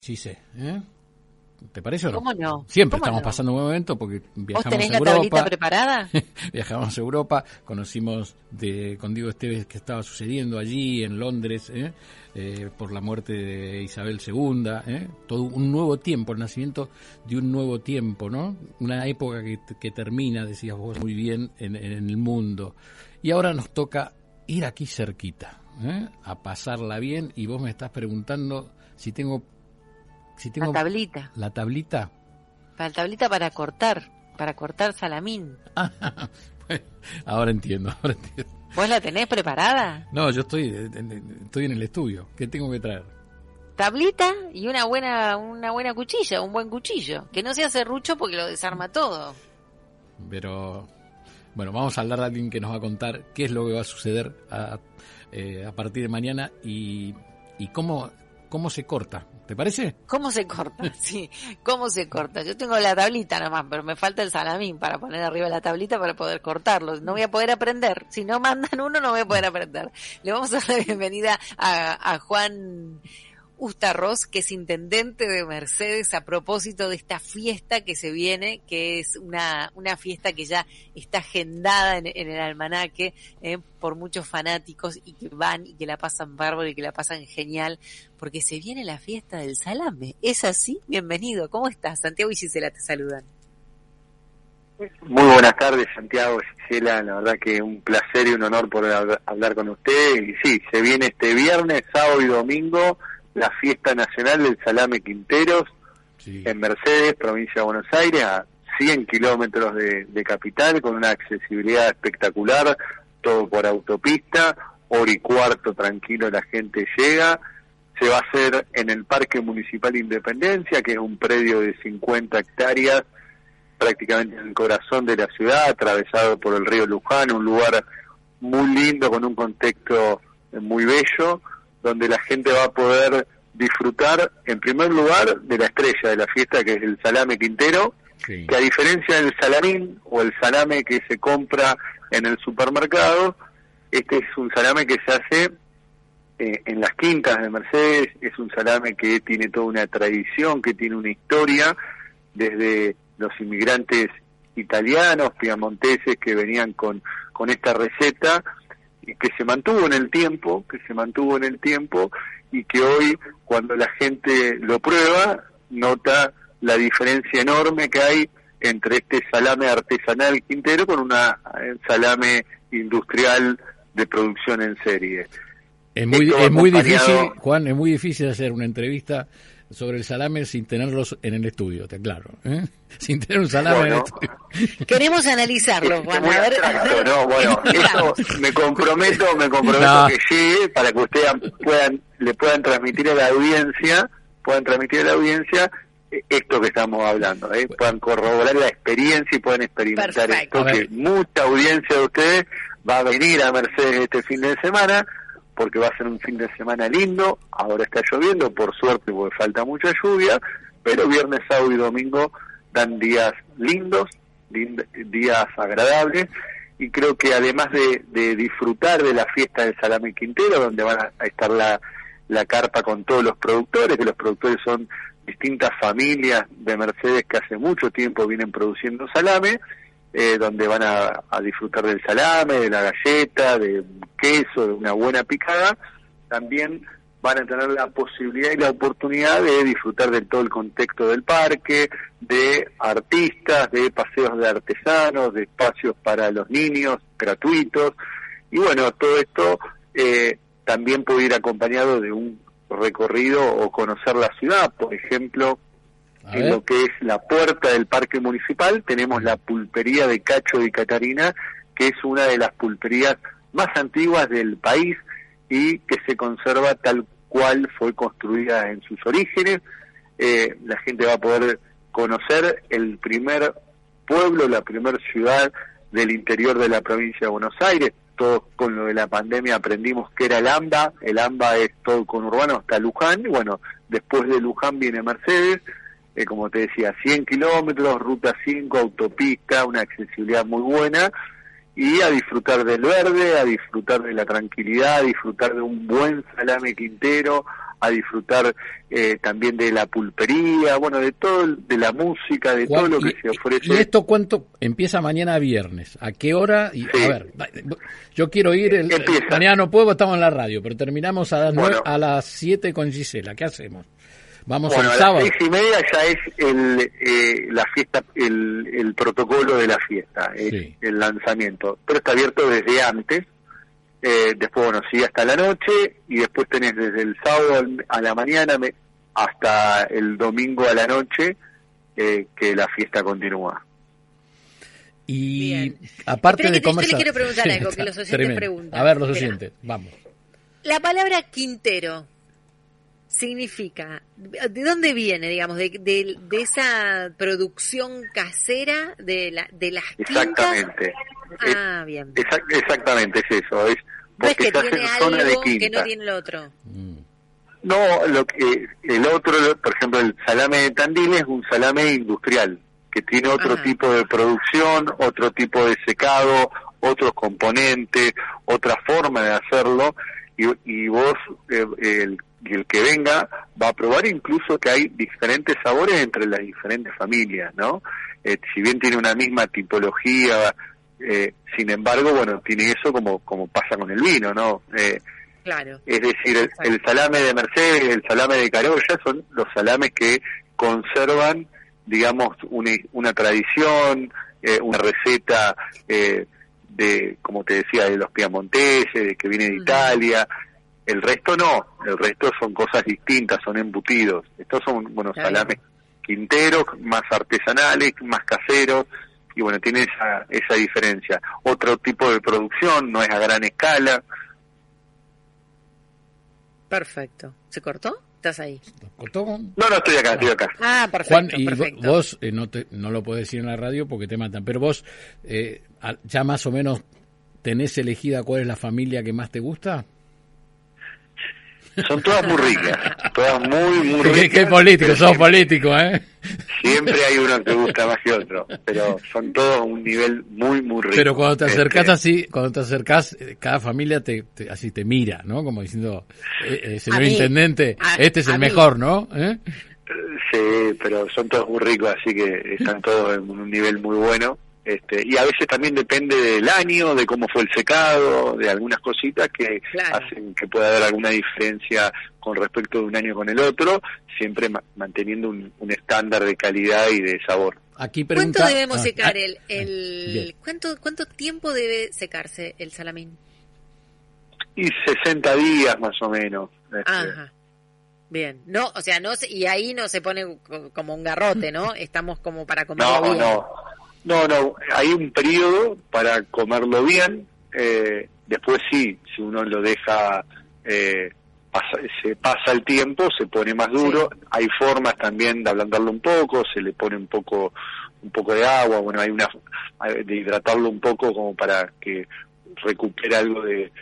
Sí sé, ¿eh? ¿Te parece o no? ¿Cómo no? Siempre ¿Cómo estamos no? pasando un buen momento porque viajamos ¿Vos tenés a la Europa. tablita preparada? Viajamos a Europa, conocimos con Diego Esteves que estaba sucediendo allí en Londres, por la muerte de Isabel II, todo un nuevo tiempo, el nacimiento de un nuevo tiempo, ¿no? Una época que termina, decías vos muy bien, en el mundo. Y ahora nos toca ir aquí cerquita, a pasarla bien, y vos me estás preguntando si tengo La tablita. ¿La tablita? La tablita para cortar salamín. Ahora entiendo. ¿Vos la tenés preparada? No, yo estoy en el estudio. ¿Qué tengo que traer? Tablita y una buena cuchilla, un buen cuchillo. Que no sea serrucho porque lo desarma todo. Pero, bueno, vamos a hablar de alguien que nos va a contar qué es lo que va a suceder a partir de mañana y cómo se corta. ¿Te parece? ¿Cómo se corta? Sí, ¿cómo se corta? Yo tengo la tablita nomás, pero me falta el salamín para poner arriba la tablita para poder cortarlo. No voy a poder aprender. Si no mandan uno, no voy a poder aprender. Le vamos a dar la bienvenida a Juan Ustarroz, que es intendente de Mercedes, a propósito de esta fiesta que se viene, que es una fiesta que ya está agendada en el almanaque por muchos fanáticos y que van y que la pasan bárbaro y que la pasan genial, porque se viene la fiesta del salame. ¿Es así? Bienvenido. ¿Cómo estás? Santiago y Gisela te saludan. Muy buenas tardes, Santiago, Gisela, la verdad que un placer y un honor poder hablar con usted. Y sí, se viene este viernes, sábado y domingo la fiesta nacional del salame Quinteros, sí, en Mercedes, provincia de Buenos Aires, a 100 kilómetros de capital, con una accesibilidad espectacular, todo por autopista, hora y cuarto tranquilo la gente llega. Se va a hacer en el Parque Municipal Independencia, que es un predio de 50 hectáreas, prácticamente en el corazón de la ciudad, atravesado por el río Luján, un lugar muy lindo, con un contexto muy bello, donde la gente va a poder disfrutar, en primer lugar, de la estrella de la fiesta, que es el salame Quintero, sí, que a diferencia del salamín o el salame que se compra en el supermercado, este es un salame que se hace en las quintas de Mercedes, es un salame que tiene toda una tradición, que tiene una historia, desde los inmigrantes italianos, piamonteses, que venían con esta receta, y que se mantuvo en el tiempo, y que hoy, cuando la gente lo prueba, nota la diferencia enorme que hay entre este salame artesanal Quintero con una salame industrial de producción en serie. Es muy difícil, Juan, es muy difícil hacer una entrevista sobre el salame sin tenerlos en el estudio, te aclaro, sin tener un salame en el estudio. Queremos analizarlo, Juan. Eso me comprometo que llegue para que ustedes le puedan transmitir a la audiencia, esto que estamos hablando, puedan corroborar la experiencia y puedan experimentar esto, que mucha audiencia de ustedes va a venir a Mercedes este fin de semana, porque va a ser un fin de semana lindo. Ahora está lloviendo, por suerte, porque falta mucha lluvia, pero viernes, sábado y domingo dan días lindos, días agradables, y creo que además de disfrutar de la fiesta del salame Quintero, donde van a estar la carpa con todos los productores, que los productores son distintas familias de Mercedes que hace mucho tiempo vienen produciendo salame, donde van a disfrutar del salame, de la galleta, de queso, de una buena picada. También van a tener la posibilidad y la oportunidad de disfrutar de todo el contexto del parque, de artistas, de paseos de artesanos, de espacios para los niños gratuitos. Y bueno, todo esto también puede ir acompañado de un recorrido o conocer la ciudad. Por ejemplo, en lo que es la puerta del Parque Municipal tenemos la pulpería de Cacho de Catarina, que es una de las pulperías más antiguas del país y que se conserva tal cual fue construida en sus orígenes. La gente va a poder conocer el primer pueblo, la primera ciudad del interior de la provincia de Buenos Aires. Todos con lo de la pandemia aprendimos que era el AMBA es todo conurbano hasta Luján, y bueno, después de Luján viene Mercedes, como te decía, 100 kilómetros, ruta 5, autopista, una accesibilidad muy buena, y a disfrutar del verde, a disfrutar de la tranquilidad, a disfrutar de un buen salame Quintero, a disfrutar también de la pulpería, bueno, de todo, de la música, de todo lo que se ofrece. ¿Y esto cuánto empieza mañana viernes? ¿A qué hora? Y, sí. A ver, yo quiero ir, mañana no puedo, estamos en la radio, pero terminamos a las 7 con Gisela. ¿Qué hacemos? Vamos el sábado. A las 6:30 ya es la fiesta, el protocolo de la fiesta, sí. El lanzamiento, pero está abierto desde antes. Después, bueno, sigue hasta la noche, y después tenés desde el sábado a la mañana hasta el domingo a la noche que la fiesta continúa. Y bien. Aparte de comer... Yo le quiero preguntar algo que los oyentes preguntan. A ver, los oyentes, vamos. La palabra quintero significa, ¿de dónde viene, digamos, de esa producción casera de las quintas? Exactamente. Bien. Exactamente, es eso. No es que tiene algo que no tiene el otro. No, el otro, por ejemplo, el salame de Tandil es un salame industrial, que tiene otro tipo de producción, otro tipo de secado, otros componentes, otra forma de hacerlo, y vos, el que venga, va a probar incluso que hay diferentes sabores entre las diferentes familias, ¿no? Si bien tiene una misma tipología, sin embargo, bueno, tiene eso como pasa con el vino, ¿no? Claro. Es decir, el salame de Mercedes, el salame de Carolla son los salames que conservan, digamos, una tradición, una receta de, como te decía, de los piamonteses, de que viene de Italia. El resto no, el resto son cosas distintas, son embutidos. Estos son, bueno, salames quinteros, más artesanales, más caseros, y bueno, tiene esa diferencia. Otro tipo de producción, no es a gran escala. Perfecto. ¿Se cortó? ¿Estás ahí? ¿Cortó? No, estoy acá. Perfecto. Juan, y perfecto. Vos no lo podés decir en la radio porque te matan, pero vos ya más o menos tenés elegida cuál es la familia que más te gusta. Son todas muy ricas, todas muy ricas. Qué político, sos político, ¿eh? Siempre hay uno que gusta más que otro, pero son todos a un nivel muy rico. Pero cuando te acercás cada familia así te mira, ¿no? Como diciendo, señor intendente, este es el mejor, ¿no? Sí, pero son todos muy ricos, así que están todos en un nivel muy bueno. Y a veces también depende del año, de cómo fue el secado, de algunas cositas que hacen que pueda haber alguna diferencia con respecto de un año con el otro, siempre manteniendo un estándar de calidad y de sabor. Aquí pregunta, ¿cuánto debemos secar ¿cuánto tiempo debe secarse el salamín? Y 60 días más o menos. Ajá. Bien. No, o sea, y ahí no se pone como un garrote, ¿no? Estamos como para comerlo bien. No, hay un periodo para comerlo bien, después sí, si uno lo deja, se pasa el tiempo, se pone más duro, hay formas también de ablandarlo un poco, se le pone un poco de agua, bueno, de hidratarlo un poco como para que recupere algo de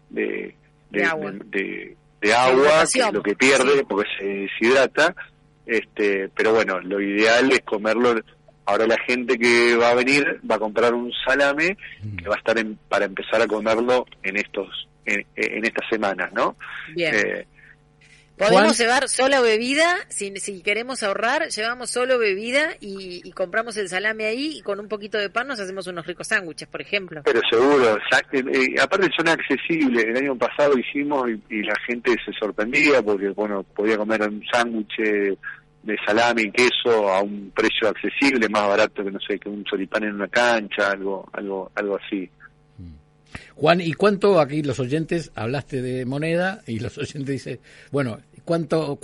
agua, que es lo que pierde porque se deshidrata, pero bueno, lo ideal es comerlo. Ahora la gente que va a venir va a comprar un salame que va a estar para empezar a comerlo en estas semanas, ¿no? Bien. Podemos llevar solo bebida, si queremos ahorrar, llevamos solo bebida y compramos el salame ahí y con un poquito de pan nos hacemos unos ricos sándwiches, por ejemplo. Pero seguro, aparte son accesibles. El año pasado hicimos y la gente se sorprendía porque, bueno, podía comer un sándwich de salame y queso a un precio accesible, más barato que, no sé, que un choripán en una cancha, algo así. Juan, ¿y cuánto, aquí los oyentes, hablaste de moneda y los oyentes dicen, bueno, cuánto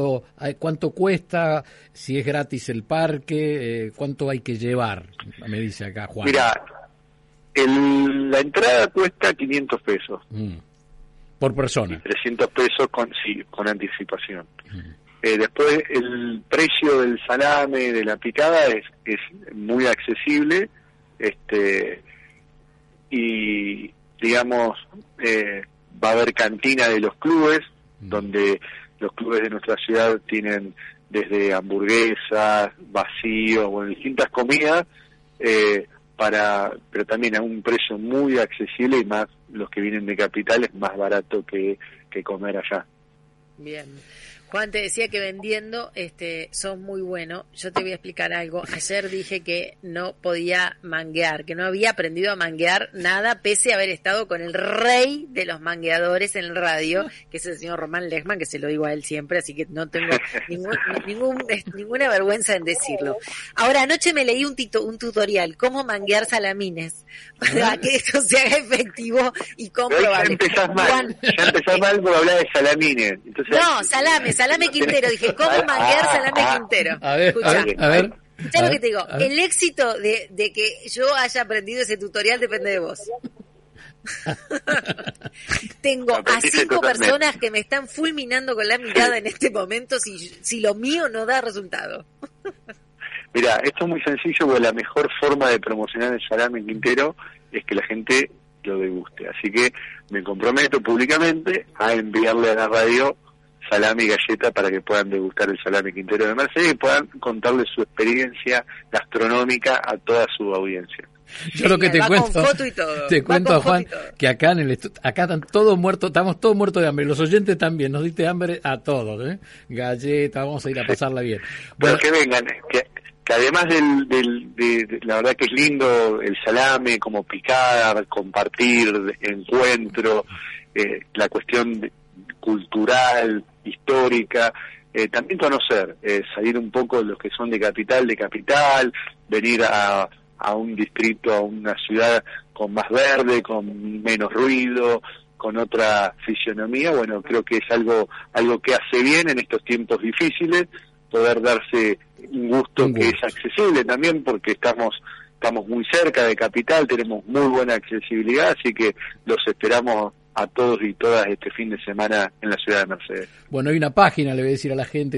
cuesta, si es gratis el parque, cuánto hay que llevar? Me dice acá Juan. Mira, la entrada cuesta 500 pesos. Por persona. Y 300 pesos con anticipación. Después el precio del salame, de la picada, es muy accesible, y digamos, va a haber cantina de los clubes, donde los clubes de nuestra ciudad tienen desde hamburguesas, vacíos, bueno, distintas comidas, pero también a un precio muy accesible, y más los que vienen de capital es más barato que comer allá. Bien. Juan, te decía que vendiendo sos muy bueno. Yo te voy a explicar algo. Ayer dije que no podía manguear, que no había aprendido a manguear nada, pese a haber estado con el rey de los mangueadores en el radio, que es el señor Román Lechman, que se lo digo a él siempre, así que no tengo ninguna vergüenza en decirlo. Ahora, anoche me leí un tutorial, cómo manguear salamines, para que esto se haga efectivo y comprobable. Ya empezás mal por hablar de salamines. Entonces, no, salame Quintero, dije, ¿cómo manguear salame Quintero? A ver. Escuchá lo que te digo, el éxito de que yo haya aprendido ese tutorial depende de vos. Tengo a 5 personas que me están fulminando con la mirada en este momento si lo mío no da resultado. Mira, esto es muy sencillo porque la mejor forma de promocionar el salame Quintero es que la gente lo deguste. Así que me comprometo públicamente a enviarle a la radio salame y galleta para que puedan degustar el salame Quintero de Mercedes y puedan contarle su experiencia gastronómica a toda su audiencia. Yo lo que te cuento, Juan, que acá acá están todos muertos, estamos todos muertos de hambre, los oyentes también, nos diste hambre a todos, galleta, vamos a ir a pasarla bien. Bueno, que vengan, que además de la verdad que es lindo el salame, como picar, compartir, encuentro, la cuestión cultural, histórica, también conocer, salir un poco de los que son de capital, venir a un distrito, a una ciudad con más verde, con menos ruido, con otra fisionomía. Bueno, creo que es algo que hace bien en estos tiempos difíciles, poder darse un gusto que es accesible también, porque estamos muy cerca de capital, tenemos muy buena accesibilidad, así que los esperamos a todos y todas este fin de semana en la ciudad de Mercedes. Bueno, hay una página, le voy a decir a la gente,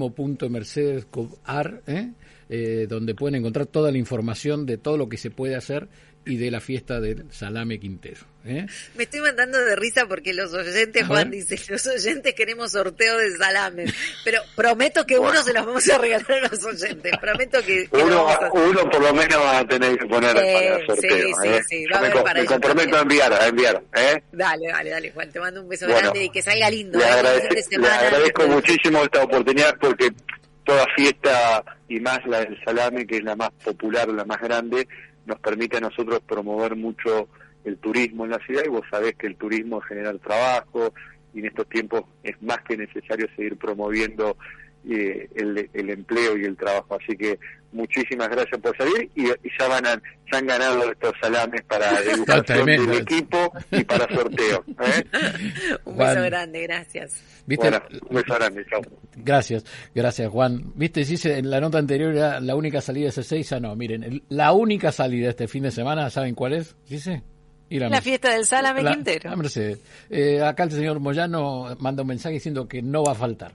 turismo.mercedes.ar, donde pueden encontrar toda la información de todo lo que se puede hacer y de la fiesta del salame Quintero. Me estoy mandando de risa porque los oyentes, Juan dice, los oyentes queremos sorteo de salame, pero prometo que uno se los vamos a regalar a los oyentes, prometo que uno por lo menos va a tener que poner para sorteo. Sí, va a haber para me comprometo a enviar. Dale, Juan, te mando un beso grande y que salga lindo. Le agradezco muchísimo esta oportunidad porque toda fiesta, y más la del salame, que es la más popular, la más grande, nos permite a nosotros promover mucho el turismo en la ciudad, y vos sabés que el turismo genera trabajo, y en estos tiempos es más que necesario seguir promoviendo el empleo y el trabajo. Así que muchísimas gracias por salir, y ya han ganado estos salames para degustación del equipo y para sorteo. Un beso grande, gracias. ¿Viste? Bueno, un beso grande, chao. Gracias Juan. Viste, dice en la nota anterior era la única salida es Ezeiza. No, miren, la única salida este fin de semana, ¿saben cuál es? ¿Dice? La fiesta del salame Quintero. Mercedes. Acá el señor Moyano manda un mensaje diciendo que no va a faltar.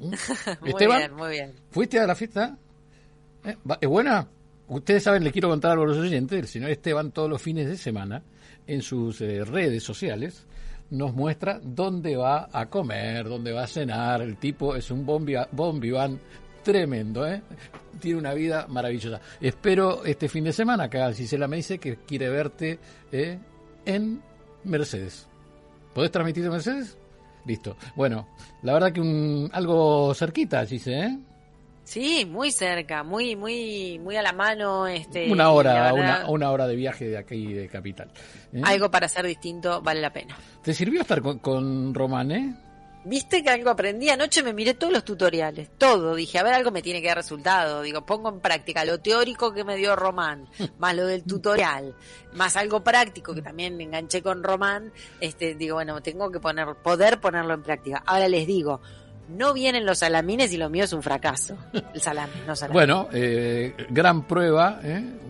Muy bien. ¿Fuiste a la fiesta? ¿Es buena? Ustedes saben, les quiero contar algo a los oyentes. El señor Esteban todos los fines de semana en sus redes sociales nos muestra dónde va a comer, dónde va a cenar. El tipo es un bon vivant tremendo, tiene una vida maravillosa. Espero este fin de semana, acá Gisela me dice que quiere verte en Mercedes. ¿Podés transmitir en Mercedes? Listo. Bueno, la verdad que algo cerquita, Gise, Sí, muy cerca, muy a la mano. Una hora de viaje de aquí de Capital. Algo para hacer distinto vale la pena. ¿Te sirvió estar con Román, Viste que algo aprendí, anoche me miré todos los tutoriales, todo, dije, a ver, algo me tiene que dar resultado, digo, pongo en práctica lo teórico que me dio Román, más lo del tutorial, más algo práctico que también me enganché con Román, digo, bueno, tengo que poder ponerlo en práctica. Ahora les digo, no vienen los salamines y lo mío es un fracaso, el salame, no salame. Bueno, gran prueba,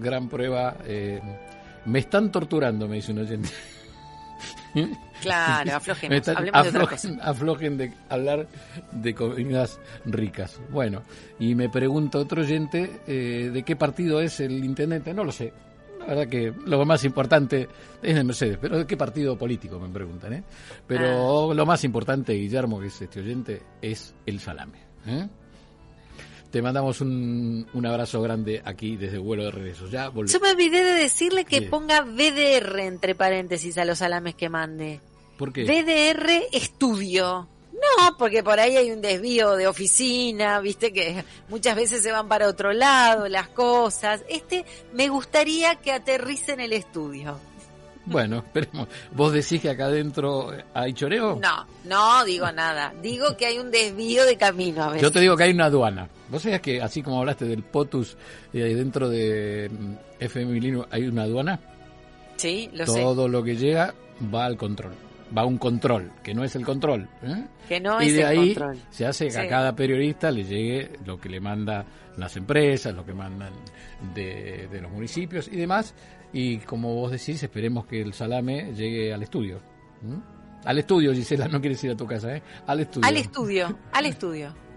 me están torturando, me dice un oyente. Claro, aflojemos, hablemos de otra cosa. Aflojen de hablar de comidas ricas. Bueno, y me pregunta otro oyente de qué partido es el intendente. No lo sé. La verdad que lo más importante es de Mercedes, pero ¿de qué partido político? Me preguntan, Pero lo más importante, Guillermo, que es este oyente, es el salame. Te mandamos un abrazo grande aquí desde Vuelo de Regreso. Ya volvemos. Yo me olvidé de decirle que ponga VDR entre paréntesis a los salames que mande. ¿Por qué? VDR Estudio. No, porque por ahí hay un desvío de oficina, viste que muchas veces se van para otro lado las cosas. Me gustaría que aterrice en el estudio. Bueno, esperemos. ¿Vos decís que acá adentro hay choreo? No digo nada. Digo que hay un desvío de camino a veces. Yo te digo que hay una aduana. ¿Vos sabías que así como hablaste del POTUS, dentro de FM Milenio hay una aduana? Sí, lo sé. Todo lo que llega va al control. Va a un control, que no es el control. Que no y es de el ahí control. Se hace que a cada periodista le llegue lo que le mandan las empresas, lo que mandan de los municipios y demás. Y como vos decís, esperemos que el salame llegue al estudio. Al estudio, Gisela, no quieres ir a tu casa, ¿eh? Al estudio. Al estudio.